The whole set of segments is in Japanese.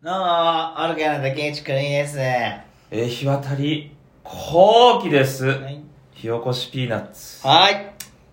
どうも、オルガナ竹内くるみですね。 日渡り後期です。 はい。 火起こしピーナッツ。 はい。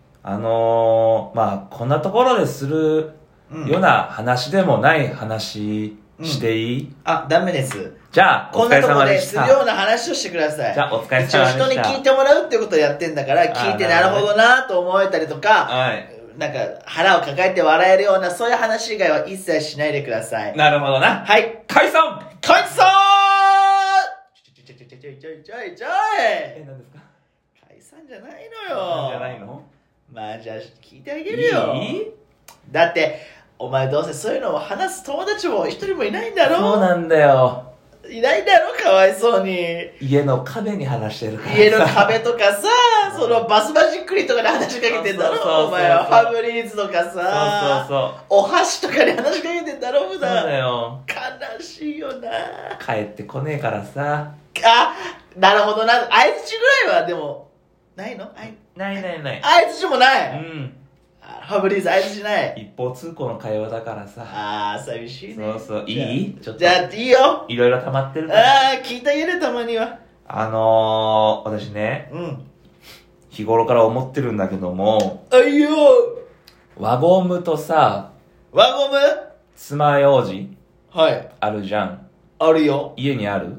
まあ、こんなところでするような話でもない話していい？ あ、ダメです。 じゃあ、おこんな疲れところです様でした。 るような話をしてください。 じゃあ、お疲れ様でした。 一応人に聞いてもらうってことをやってんだから、聞いてなるほどなと思えたりとか、 はい。 なんか腹を抱えて笑えるような、そういう話以外は一切しないでください。 なるほどな。 はい。 解散！ 解散！ちょい。 何ですか？ 解散じゃないのよ。 じゃないの？ まあじゃあ聞いてあげるよ。 いい？ だってお前どうせそういうのを話す友達も一人もいないんだろ。 そうなんだよ。 いないだろ、かわいそうに。 家の壁に話してるからさ。 家の壁とかさ、そのバスマジックリとかで話しかけてんだろ、お前は。ファブリーズとかさ、お箸とかで話しかけてんだろ、普段。 そうだよ。 悲しいよな。 帰ってこねえからさ。 あ、なるほどな。相づちぐらいはでもないの？ ない。 相づちもなうい。 ん。 ファブリーズ相づちない。 一方通行の会話だからさ。 あー、寂しいね。 そう。いい？ちょっと。 じゃあいいよ。 いろいろ溜まってるから。 聞いてあげる、たまには。 私ね、 うん。 日頃から思ってるんだけども、 あいよ。 輪ゴムとさ、 輪ゴム？ 爪楊枝はい。 あるじゃん。 あるよ。 家にある？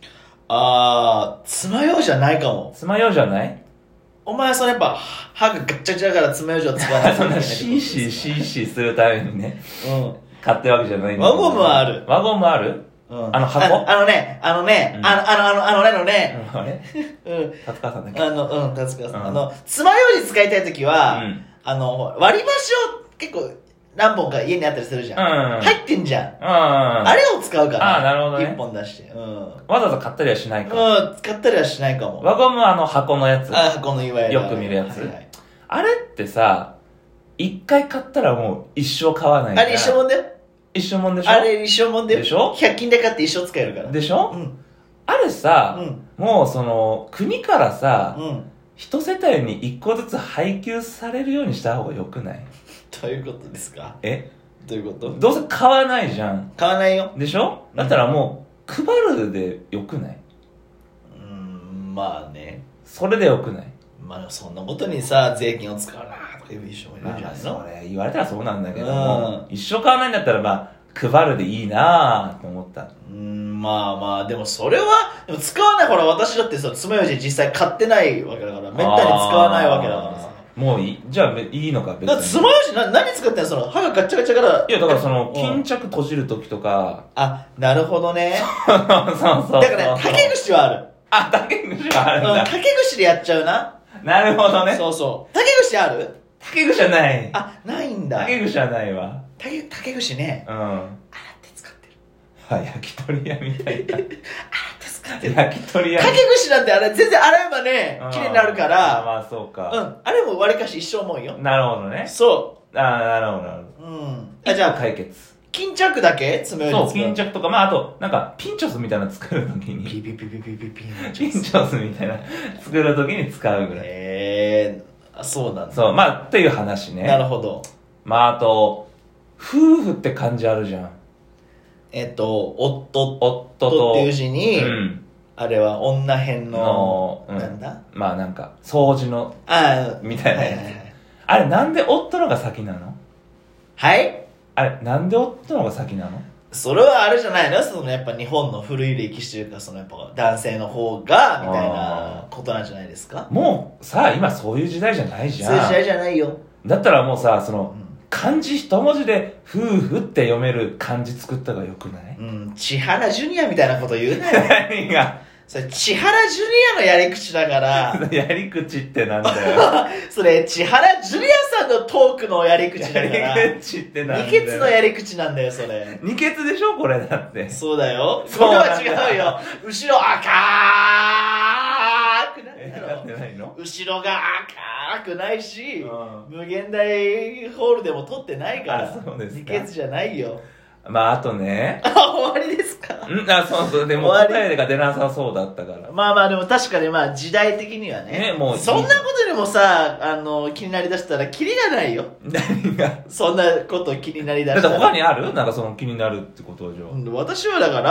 爪楊枝じゃないかも。 爪楊枝ない？ お前はそれやっぱ、歯がガッチャガチャだから爪楊枝を使わないとそんないけないシーシーするためにね、 うん。 買ってるわけじゃないんだけど。 輪ゴムはある。 輪ゴムある？ うん。 箱？ あのね、 うんあれあれ？ うん。 達川さんだっけ？ 達川さん。 うん爪楊枝使いたいときは、 うん割り箸を結構何本か家にあったりするじゃん。 うん。 入ってんじゃん。 ああれを使うから。 なるほどね。 一本出して。 わざわざ買ったりはしないか。 使ったりはしないかも。 輪ゴムは箱のやつ。 このいわゆる。 よく見るやつはいはい、 あれってさ、一回買ったらもう一生買わないから。 あれ一生もんだよ。 一生もんでしょ？ あれ一生もんだよ。 でしょ 100均で買って一生使えるから。 でしょ？ うん。 あれさ、 うんもうその、国からさ、 うん。 一世帯に一個ずつ配給されるようにした方がよくない？ どういうことですか？どういうこと？ どうせ買わないじゃん。 買わないよ。 でしょ？だったらもう、配るでよくない？ まあね。 それでよくない？ まあそんなことにさ、税金を使うなとかいう人もいるんじゃないの？ それ言われたらそうなんだけども、一生買わないんだったらまあ、配るでいいなぁと思った。 まあ、でもそれは、でも使わない、ほら私だってさ、爪楊枝実際買ってないわけだから、めったに使わないわけだからさ。 もういい？じゃあいいのか別に。 だって爪楊枝何使ってんの？その歯がガッチャガチャから。 いやだからその、巾着閉じるときとか。 なるほどね。 そう。 だから竹串はある。 竹串はあるんだ。 竹串でやっちゃうな。 なるほどね。 そう。竹串ある？ 竹串はない。 ないんだ。 竹串はないわ。 竹串ね。 うん。 洗って使ってる。 焼き鳥屋みたいな。 洗って使ってる。 焼き鳥屋。 竹串なんてあれ全然洗えばね、綺麗になるから。 まあそうか。 あれも割かし一生もんよ。 なるほどね。 そう。 なるほど。 じゃあ、 解決。 巾着だけ？爪楊枝。 そう、巾着とか、まああと、なんか、ピンチョスみたいなの作るときに。 ピピンチョスみたいな作るときに使うぐらい。 そうなんだ。 そう、まあ、っていう話ね。 なるほど。 まああと、夫婦って漢字あるじゃん。 夫とっていう字に、あれは女編の、なんだ？ まあなんか、掃除の、みたいなやつ。あれなんで夫のが先なの？ はい？ あれなんで夫のが先なの？ それはあれじゃないの？そのやっぱ日本の古い歴史というか、そのやっぱ男性の方が、みたいなことなんじゃないですか？ もうさ、今そういう時代じゃないじゃん。 そういう時代じゃないよ。 だったらもうさ、その、漢字一文字で夫婦って読める漢字作った方がよくない？ 千原ジュニアみたいなこと言うなよ。 何が？ それ千原ジュニアのやり口だから。 やり口ってなんだよ。 それ千原ジュニアさんのトークのやり口だから。 やり口ってなんだよ。 二ケツのやり口なんだよ、それ。 二ケツでしょこれだって。 そうだよ。 そうこれは違うよ。後ろ赤くないだろ。後ろが赤くないし、無限大ホールでも撮ってないから。 そうですか。 二ケツじゃないよ。 まああとね。 終わりですか？ そうでも答えが出なさそうだったから。 まあまあでも確かにまあ時代的にはね。もうそんなことにもさ、気になりだしたらキリがないよ。 何がそんなこと気になりだしたら。 だって他にあるなんかその気になるってことはじゃあ。 私はだから、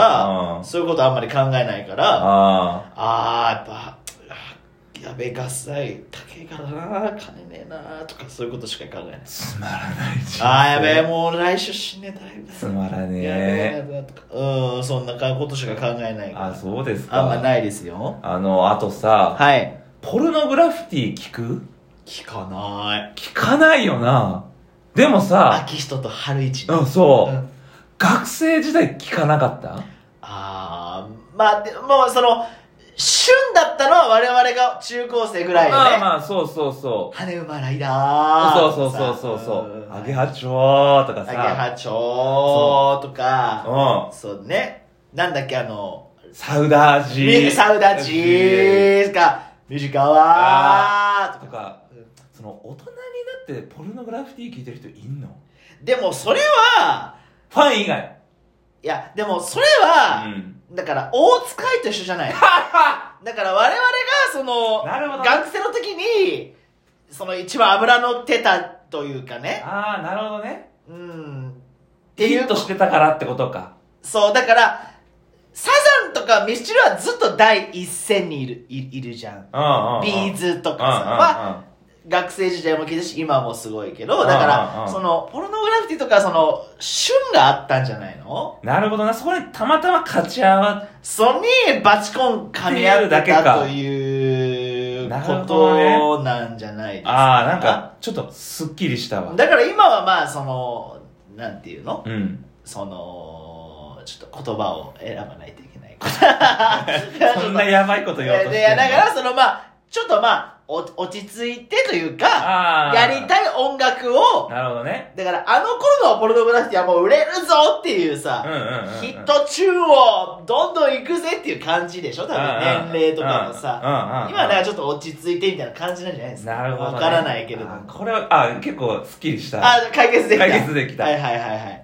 そういうことあんまり考えないから、やっぱ、やべえ、合切高いからな、金ねえなとかそういうことしか考えない。 つまらないじゃん。やべえ、もう来週死ねたい。 つまらねえ。 やべえとか。そんなことしか考えないから。 そうですか。 あんまないですよ。 あとさ、 はい。 ポルノグラフィティ聞く？ 聞かない。 聞かないよな。でもさ、 秋人と春一。 そう。学生時代聞かなかった？ まあ、もうその、旬だったのは我々が中高生ぐらいよね。 まあ、そう。 羽馬ライダー。 そう。アゲハチョーとかさ。 アゲハチョーとか。そうね。なんだっけサウダージー。 サウダージーとか、ミュージカワーとか。 その、大人になってポルノグラフィティ聞いてる人いんの？ でもそれは、 ファン以外。 いや、でもそれは、だから、大使いと一緒じゃない。だから我々が、その、学生の時に、その一番脂乗ってたというかね。 なるほどね。 っていう。 ヒットしてたからってことか。 そう、だから、サザンとかミスチルはずっと第一線にいるじゃん。ビーズとかさ。学生時代も聞いたし、今もすごいけど、だから、その、ポルノグラフィティとか、その、旬があったんじゃないの？ なるほどな、そこにたまたま勝ち合わそに、バチコン噛み合ってたということなんじゃないですか。 なんか、ちょっと、すっきりしたわ。 だから今はまあ、その、なんていうの？その、ちょっと言葉を選ばないといけない。 そんなやばいこと言おうとしてるの？ だから、そのまあ、ちょっとまあ、落ち着いてというか、やりたい音楽を、 なるほどね。 だから、頃のポルノグラフィティはもう売れるぞっていうさ、ヒットチューンをどんどん行くぜっていう感じでしょ？多分年齢とかもさ。今はなんかちょっと落ち着いてみたいな感じなんじゃないですか。 なるほど、ね。 わからないけれども。 これは、結構スッキリした。 解決できた。 解決できた。 はい。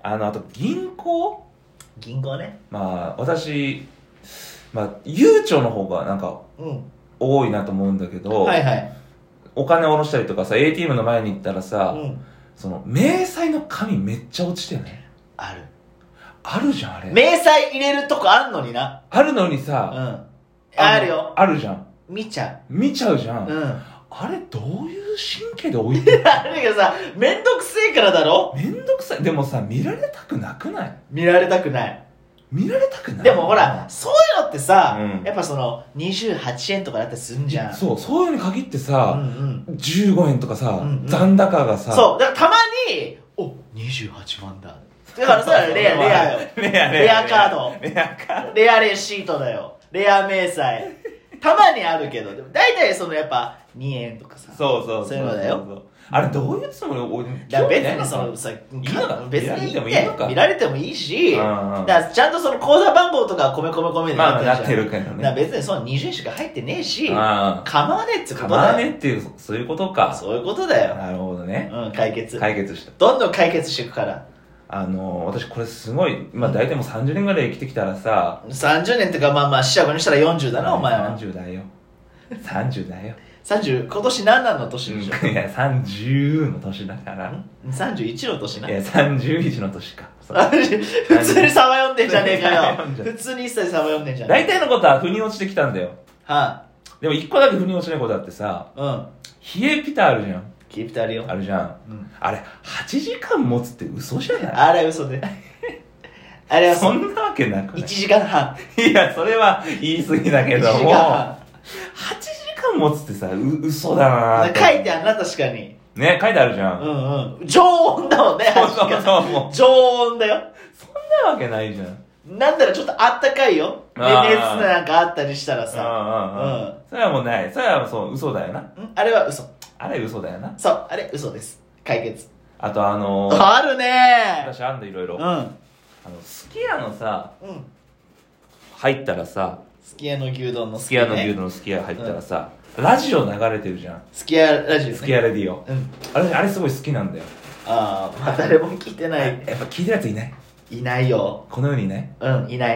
あと、銀行ね。 まあ、私、悠長の方がなんか、多いなと思うんだけど、お金下ろしたりとかさ、ATM の前に行ったらさ、その、明細の紙めっちゃ落ちてない？あるじゃん、あれ。 明細入れるとこあんのにな。 あるのにさ、 あるよ。 あるじゃん。 見ちゃうじゃん。あれ、どういう神経で置いてるの？ あれがさ、めんどくせえからだろ？ めんどくさい。でもさ、見られたくなくない？ 見られたくない。でもほら、そういうのってさ、やっぱその、28円とかだったりすんじゃん。 そういうのに限ってさ、15円とかさ、残高がさ。 そう、だからたまに、28万だ。だからそれはレアよ。レアカード。レアレシートだよ。レア明細。たまにあるけど、でも大体そのやっぱ2円とかさ。そういうのだよ。 あれどういうつもり？ 別にそのさ、別に見られてもいいし、だからちゃんとその口座番号とか米でなってるけどね。 だから別にその20円しか入ってねえし、構わねえってことだよ。 構わねえっていう、そういうことか。 そういうことだよ。 なるほどね。 解決した。どんどん解決していくから。 私これすごい、大体もう30年ぐらい生きてきたらさ、 30年ってか四捨五入したら40だな、お前は。 30だよ。30だよ。 30、今年何の年でしょ？ いや、30の年だから。 31の年な。 いや、31の年か。 普通にサバ読んでんじゃねえかよ。普通に一切サバ読んでんじゃねえ。 大体のことは腑に落ちてきたんだよ。でも一個だけ腑に落ちないことあってさ、冷えピタあるじゃん。 冷えピタあるよ。 あるじゃん。あれ、8時間持つって嘘じゃない？ あれ嘘で。あれはそんなわけなくない？ 1 時間半。 いや、それは言い過ぎだけども。1 時間半。 8時間持つってさ、嘘だな書いてあるな、確かに。 ね、書いてあるじゃん。 常温だもんね、 そう。 常温だよ。 そんなわけないじゃん。 なんだらちょっとあったかいよ。熱なんかあったりしたらさ。 それはもうない。それはそう、嘘だよな。 あれは嘘。 あれ嘘だよな。 そう、あれ嘘です。解決。 あとあるね私あんのいろいろ。すき家のさ、入ったらさ、 すき家の牛丼のすき家の牛丼のすき家入ったらさ、ラジオ流れてるじゃん。 すき家ラジオね。 すき家レディオ。あれすごい好きなんだよ。 誰も聞いてない。 やっぱ聞いてるやついない？ いないよ。 この世にいない？ いない。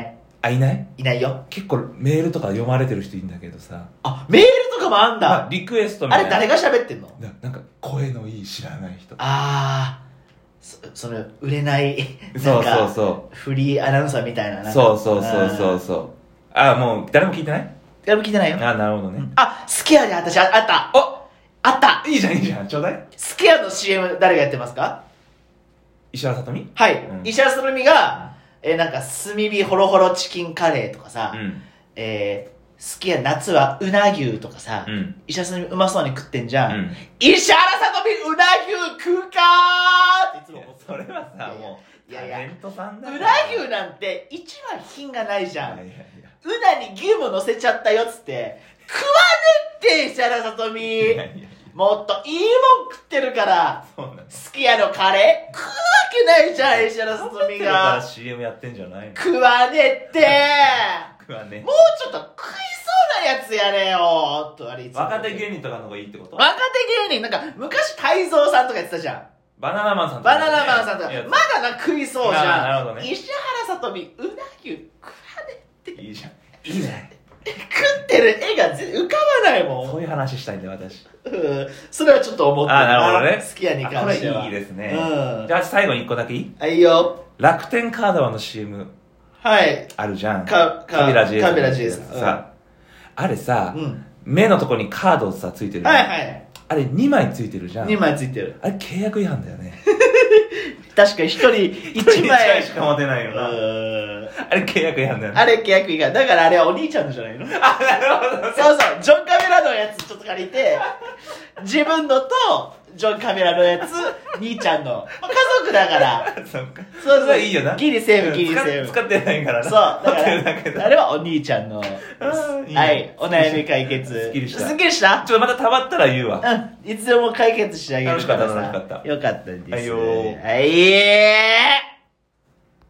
あ、いないいないよ。 結構メールとか読まれてる人いるんだけどさ。 あ、メールとかもあんだ。 リクエストみたいな。 あれ誰が喋ってんの？ なんか声のいい知らない人。 その売れないそうそうそう。 フリーアナウンサーみたいな。 そうそうそうそうそう。あ、もう誰も聞いてない？ 誰も聞いてないよ。 あ、なるほどね。 スケアで私あった。あったいいじゃんいいじゃん。ちょうだい。 スケアの CM 誰がやってますか？ 石原さとみ？ はい。石原さとみが、なんか炭火ホロホロチキンカレーとかさ、スケア夏はうな牛とかさ、石原さとみうまそうに食ってんじゃん。石原さとみうな牛食うかーっていつも思って。 それはさ、もう、タレントさんだよ。 うな牛なんて一番品がないじゃん。うなに牛も乗せちゃったよっつって、食わねって石原さとみ。もっといいもん食ってるから、すき家のカレー食うわけないじゃん、石原さとみが。 だから CM やってんじゃないの？ 食わねって食わね。 もうちょっと食いそうなやつやれよとあれいつも。 若手芸人とかの方がいいってこと？ 若手芸人、なんか昔泰造さんとかやってたじゃん。 バナナマンさんとか、ね。バナナマンさんとか。まだな食いそうじゃん。 なるほどね。 石原さとみ、うな牛食わねって。 いいじゃん。いいね。 食ってる絵が浮かばないもん。 そういう話したいんだよ、私。 それはちょっと思ってる。 なるほどね。 好きやに関しては。 これいいですね。じゃあ最後に1個だけいい？ いいよ。 楽天カードワンの CM。 はい。 あるじゃん。 カビラ J さん。あれさ、目のとこにカードさ、ついてる。 はいはい。 あれ2枚ついてるじゃん。 2枚ついてる。 あれ契約違反だよね。 確かに1人1枚しか持てないよな。あれ契約違反だよね。 あれ契約違反。だからあれはお兄ちゃんのじゃないの？なるほど。そうそう。ジョンカメラのやつちょっと借りて、自分のと、ジョンカメラのやつ、兄ちゃんの。家族だから。 そっか。 そうそう。 いいよな。 ギリセーフ、ギリセーフ。 使ってないからな。 そう。だから、あれはお兄ちゃんの。はい。お悩み解決。 すっきりした。 すっきりした？ ちょっとまた溜まったら言うわ。 いつでも解決してあげるからさ。 楽しかった。 よかったです。 はいよはい。